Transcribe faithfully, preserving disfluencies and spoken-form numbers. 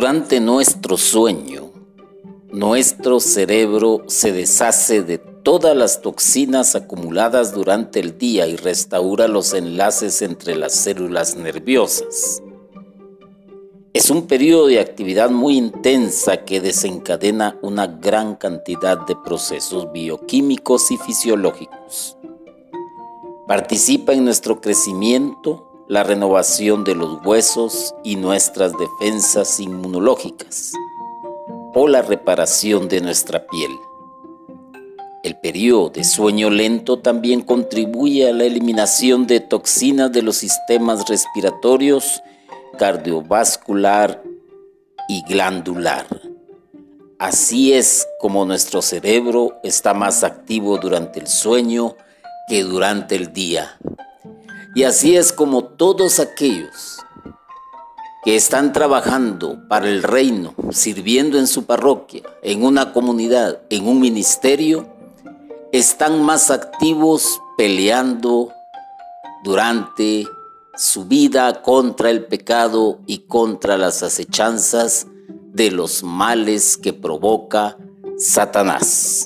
Durante nuestro sueño, nuestro cerebro se deshace de todas las toxinas acumuladas durante el día y restaura los enlaces entre las células nerviosas. Es un periodo de actividad muy intensa que desencadena una gran cantidad de procesos bioquímicos y fisiológicos. Participa en nuestro crecimiento, la renovación de los huesos y nuestras defensas inmunológicas, o la reparación de nuestra piel. El periodo de sueño lento también contribuye a la eliminación de toxinas de los sistemas respiratorios, cardiovascular y glandular. Así es como nuestro cerebro está más activo durante el sueño que durante el día. Y así es como todos aquellos que están trabajando para el reino, sirviendo en su parroquia, en una comunidad, en un ministerio, están más activos peleando durante su vida contra el pecado y contra las acechanzas de los males que provoca Satanás.